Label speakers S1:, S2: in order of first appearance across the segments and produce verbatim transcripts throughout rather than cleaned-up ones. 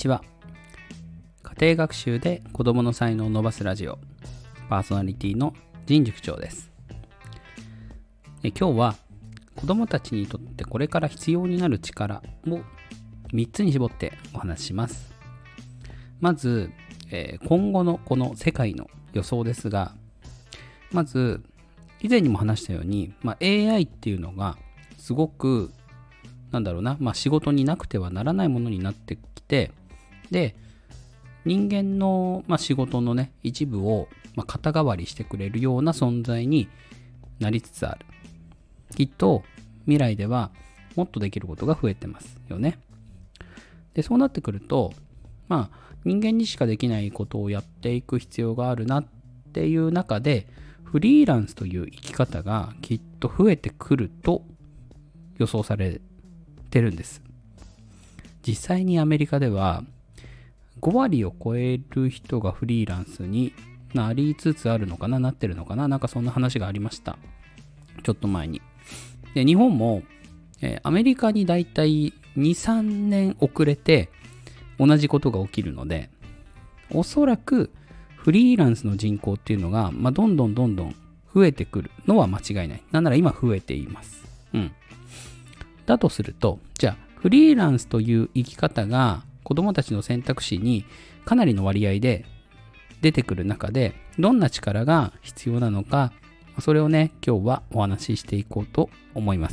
S1: ちは。家庭学習で子どもの才能を伸ばすラジオパーソナリティの神塾長です。え今日は子どもたちにとってこれから必要になる力をみっつに絞ってお話しします。まず、えー、今後のこの世界の予想ですが、まず以前にも話したように、まあ、エーアイ っていうのがすごくなんだろうな、まあ、仕事になくてはならないものになってきて、で人間の、まあ、仕事のね一部を、まあ、肩代わりしてくれるような存在になりつつある。きっと未来ではもっとできることが増えてますよね。でそうなってくると、まあ人間にしかできないことをやっていく必要があるなっていう中で、フリーランスという生き方がきっと増えてくると予想されてるんです。実際にアメリカではごわりを超える人がフリーランスになりつつあるのかな、なってるのかな、なんかそんな話がありました。ちょっと前に。で、日本も、えー、アメリカにだいたいに、さんねん遅れて同じことが起きるので、おそらくフリーランスの人口っていうのが、まあ、どんどんどんどん増えてくるのは間違いない。なんなら今増えています。うん。だとすると、じゃあフリーランスという生き方が子どもたちの選択肢にかなりの割合で出てくる中で、どんな力が必要なのか、それをね今日はお話ししていこうと思います。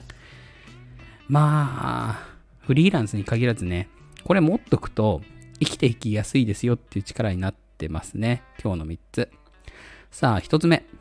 S1: まあフリーランスに限らずね、これ持っとくと生きていきやすいですよっていう力になってますね。今日のみっつ。さあひとつめ、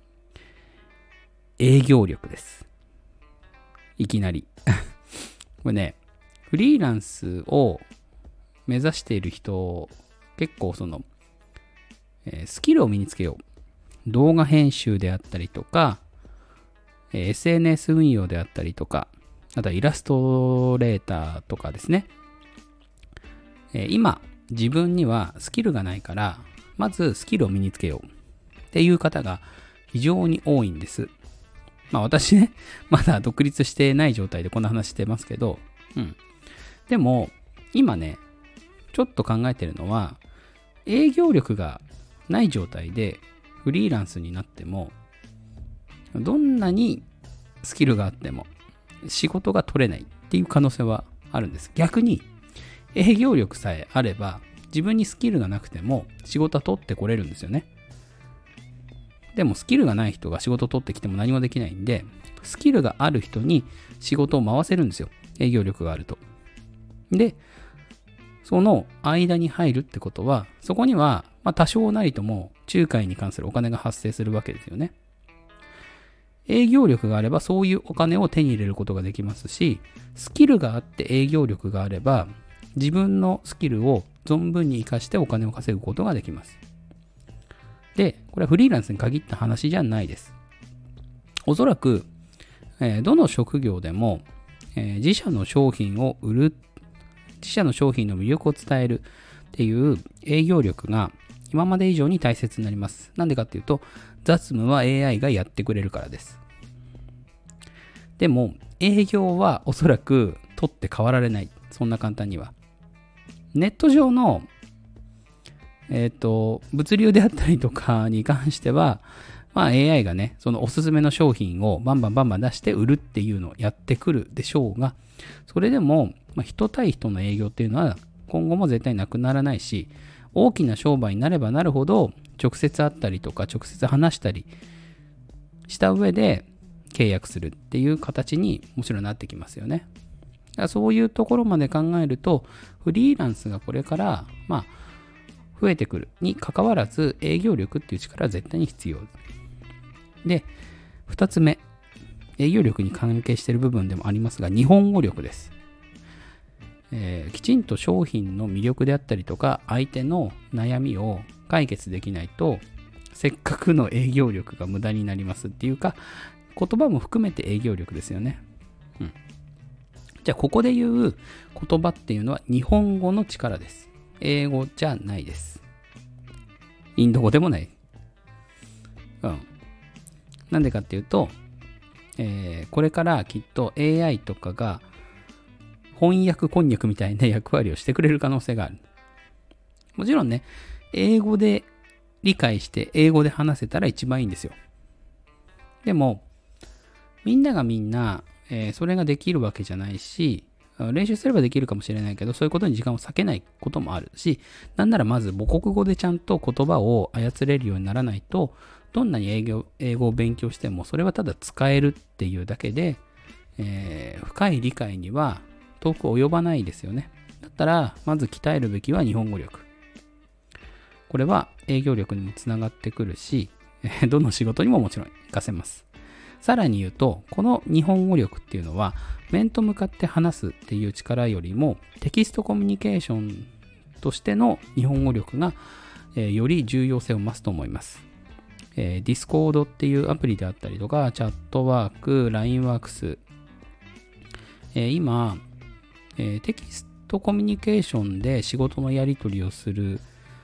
S1: 営業力です。いきなりこれね、フリーランスを目指している人、結構その、えー、スキルを身につけよう。動画編集であったりとか、えー、エスエヌエス 運用であったりとか、あとはイラストレーターとかですね。えー、今、自分にはスキルがないから、まずスキルを身につけようっていう方が非常に多いんです。まあ私ね、まだ独立してない状態でこんな話してますけど、うん。でも、今ね、ちょっと考えてるのは、営業力がない状態でフリーランスになっても、どんなにスキルがあっても仕事が取れないっていう可能性はあるんです。逆に、営業力さえあれば、自分にスキルがなくても仕事は取ってこれるんですよね。でもスキルがない人が仕事を取ってきても何もできないんで、スキルがある人に仕事を回せるんですよ。営業力があると。で、その間に入るってことは、そこにはまあ多少なりとも仲介に関するお金が発生するわけですよね。営業力があればそういうお金を手に入れることができますし、スキルがあって営業力があれば、自分のスキルを存分に活かしてお金を稼ぐことができます。で、これはフリーランスに限った話じゃないです。おそらく、えー、どの職業でも、えー、自社の商品を売る、自社の商品の魅力を伝えるっていう営業力が今まで以上に大切になります。なんでかっていうと、雑務は エーアイ がやってくれるからです。でも、営業はおそらく取って代わられない。そんな簡単には。ネット上のえっと、物流であったりとかに関しては、まあ エーアイ がね、そのおすすめの商品をバンバンバンバン出して売るっていうのをやってくるでしょうが、それでも、まあ、人対人の営業っていうのは今後も絶対なくならないし、大きな商売になればなるほど、直接会ったりとか、直接話したりした上で契約するっていう形にもちろんなってきますよね。だからそういうところまで考えると、フリーランスがこれから、まあ、増えてくるに関わらず営業力っていう力は絶対に必要で、二つ目、営業力に関係している部分でもありますが、日本語力です。えー、きちんと商品の魅力であったりとか相手の悩みを解決できないと、せっかくの営業力が無駄になりますっていうか、言葉も含めて営業力ですよね。うん。じゃあここで言う言葉っていうのは日本語の力です。英語じゃないです。インド語でもない。うん。なんでかっていうと、えー、これからきっと エーアイ とかが翻訳こんにゃくみたいな役割をしてくれる可能性がある。もちろんね、英語で理解して英語で話せたら一番いいんですよ。でも、みんながみんな、えー、それができるわけじゃないし、練習すればできるかもしれないけど、そういうことに時間を割けないこともあるし、なんならまず母国語でちゃんと言葉を操れるようにならないと、どんなに英語、英語を勉強しても、それはただ使えるっていうだけで、えー、深い理解には遠く及ばないですよね。だったら、まず鍛えるべきは日本語力。これは営業力にもつながってくるし、どの仕事にももちろん活かせます。さらに言うと、この日本語力っていうのは、面と向かって話すっていう力よりも、テキストコミュニケーションとしての日本語力が、えー、より重要性を増すと思います。えー、Discord っていうアプリであったりとか、チャットワーク、ラインワークス、えー、今、えー、テキストコミュニケーションで仕事のやり取りをする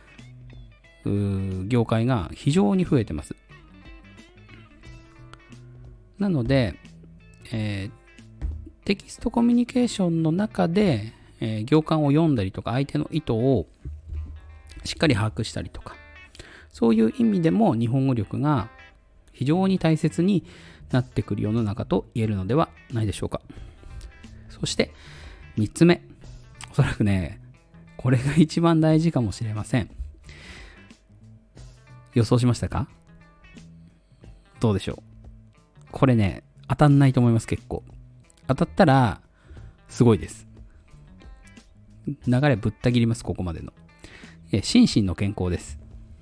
S1: 業界が非常に増えてます。なので、えー、テキストコミュニケーションの中で、えー、行間を読んだりとか相手の意図をしっかり把握したりとか、そういう意味でも日本語力が非常に大切になってくる世の中と言えるのではないでしょうか。そしてみっつめ、おそらくね、これが一番大事かもしれません。予想しましたか？どうでしょう？これね、当たんないと思います。結構当たったらすごいです。流れぶった切ります。ここまでの心身の健康です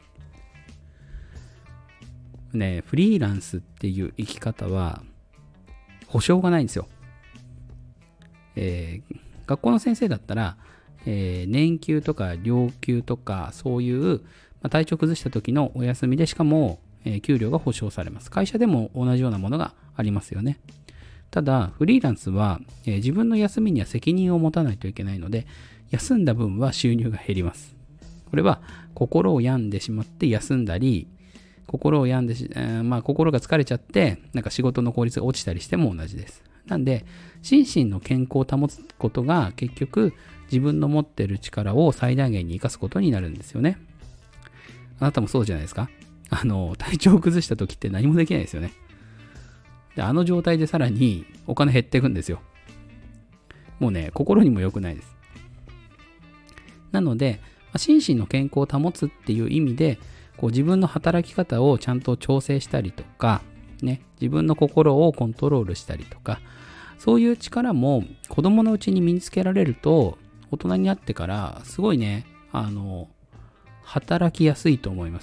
S1: ね。フリーランスっていう生き方は保証がないんですよ。えー、学校の先生だったら、えー、年休とか料休とかそういう、まあ、体調崩した時のお休みで、しかもえー、給料が保証されます。会社でも同じようなものがありますよね。ただ、フリーランスは、えー、自分の休みには責任を持たないといけないので、休んだ分は収入が減ります。これは、心を病んでしまって休んだり、心を病んでし、えー、まあ、心が疲れちゃって、なんか仕事の効率が落ちたりしても同じです。なんで、心身の健康を保つことが、結局、自分の持っている力を最大限に生かすことになるんですよね。あなたもそうじゃないですか？あの、体調を崩した時って何もできないですよね。で、あの状態でさらにお金減っていくんですよ。もうね、心にも良くないです。なので、心身の健康を保つっていう意味で、こう自分の働き方をちゃんと調整したりとか、ね、自分の心をコントロールしたりとか、そういう力も子供のうちに身につけられると、大人になってからすごいね、あの、働きやすいと思います。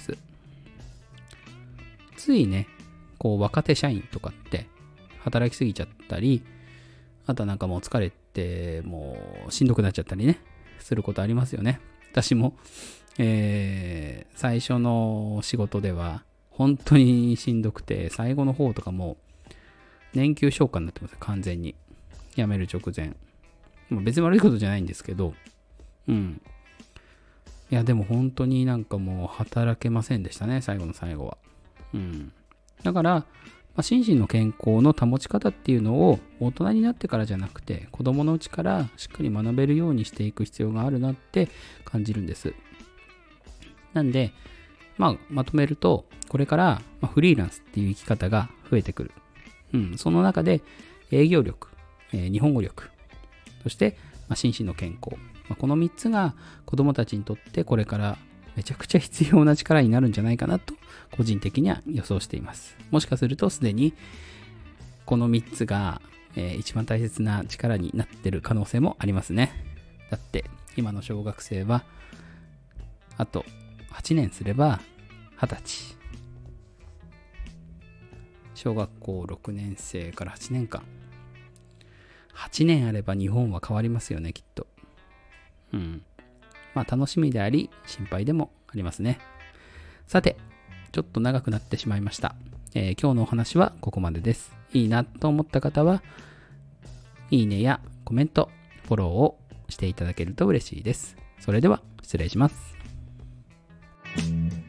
S1: ついね、こう若手社員とかって働きすぎちゃったり、あとはなんかもう疲れてもうしんどくなっちゃったりね、することありますよね。私も、えー、最初の仕事では本当にしんどくて、最後の方とかも年休消化になってます。完全に辞める直前。別に悪いことじゃないんですけど、うん。いやでも本当になんかもう働けませんでしたね、最後の最後は。うん、だから、まあ、心身の健康の保ち方っていうのを大人になってからじゃなくて子供のうちからしっかり学べるようにしていく必要があるなって感じるんです。なんで、まあ、まとめるとこれから、まあ、フリーランスっていう生き方が増えてくる、うん、その中で営業力、えー、日本語力、そして、まあ、心身の健康、まあ、このみっつが子供たちにとってこれからめちゃくちゃ必要な力になるんじゃないかなと個人的には予想しています。もしかするとすでにこのみっつが、えー、一番大切な力になっている可能性もありますね。だって今の小学生はあとはちねんすればはたち、小学校ろくねん生からはちねんかん、はちねんあれば日本は変わりますよね、きっと。うん。まあ楽しみであり心配でもありますね。さて、ちょっと長くなってしまいました。えー、今日のお話はここまでです。いいなと思った方は、いいねやコメント、フォローをしていただけると嬉しいです。それでは失礼します。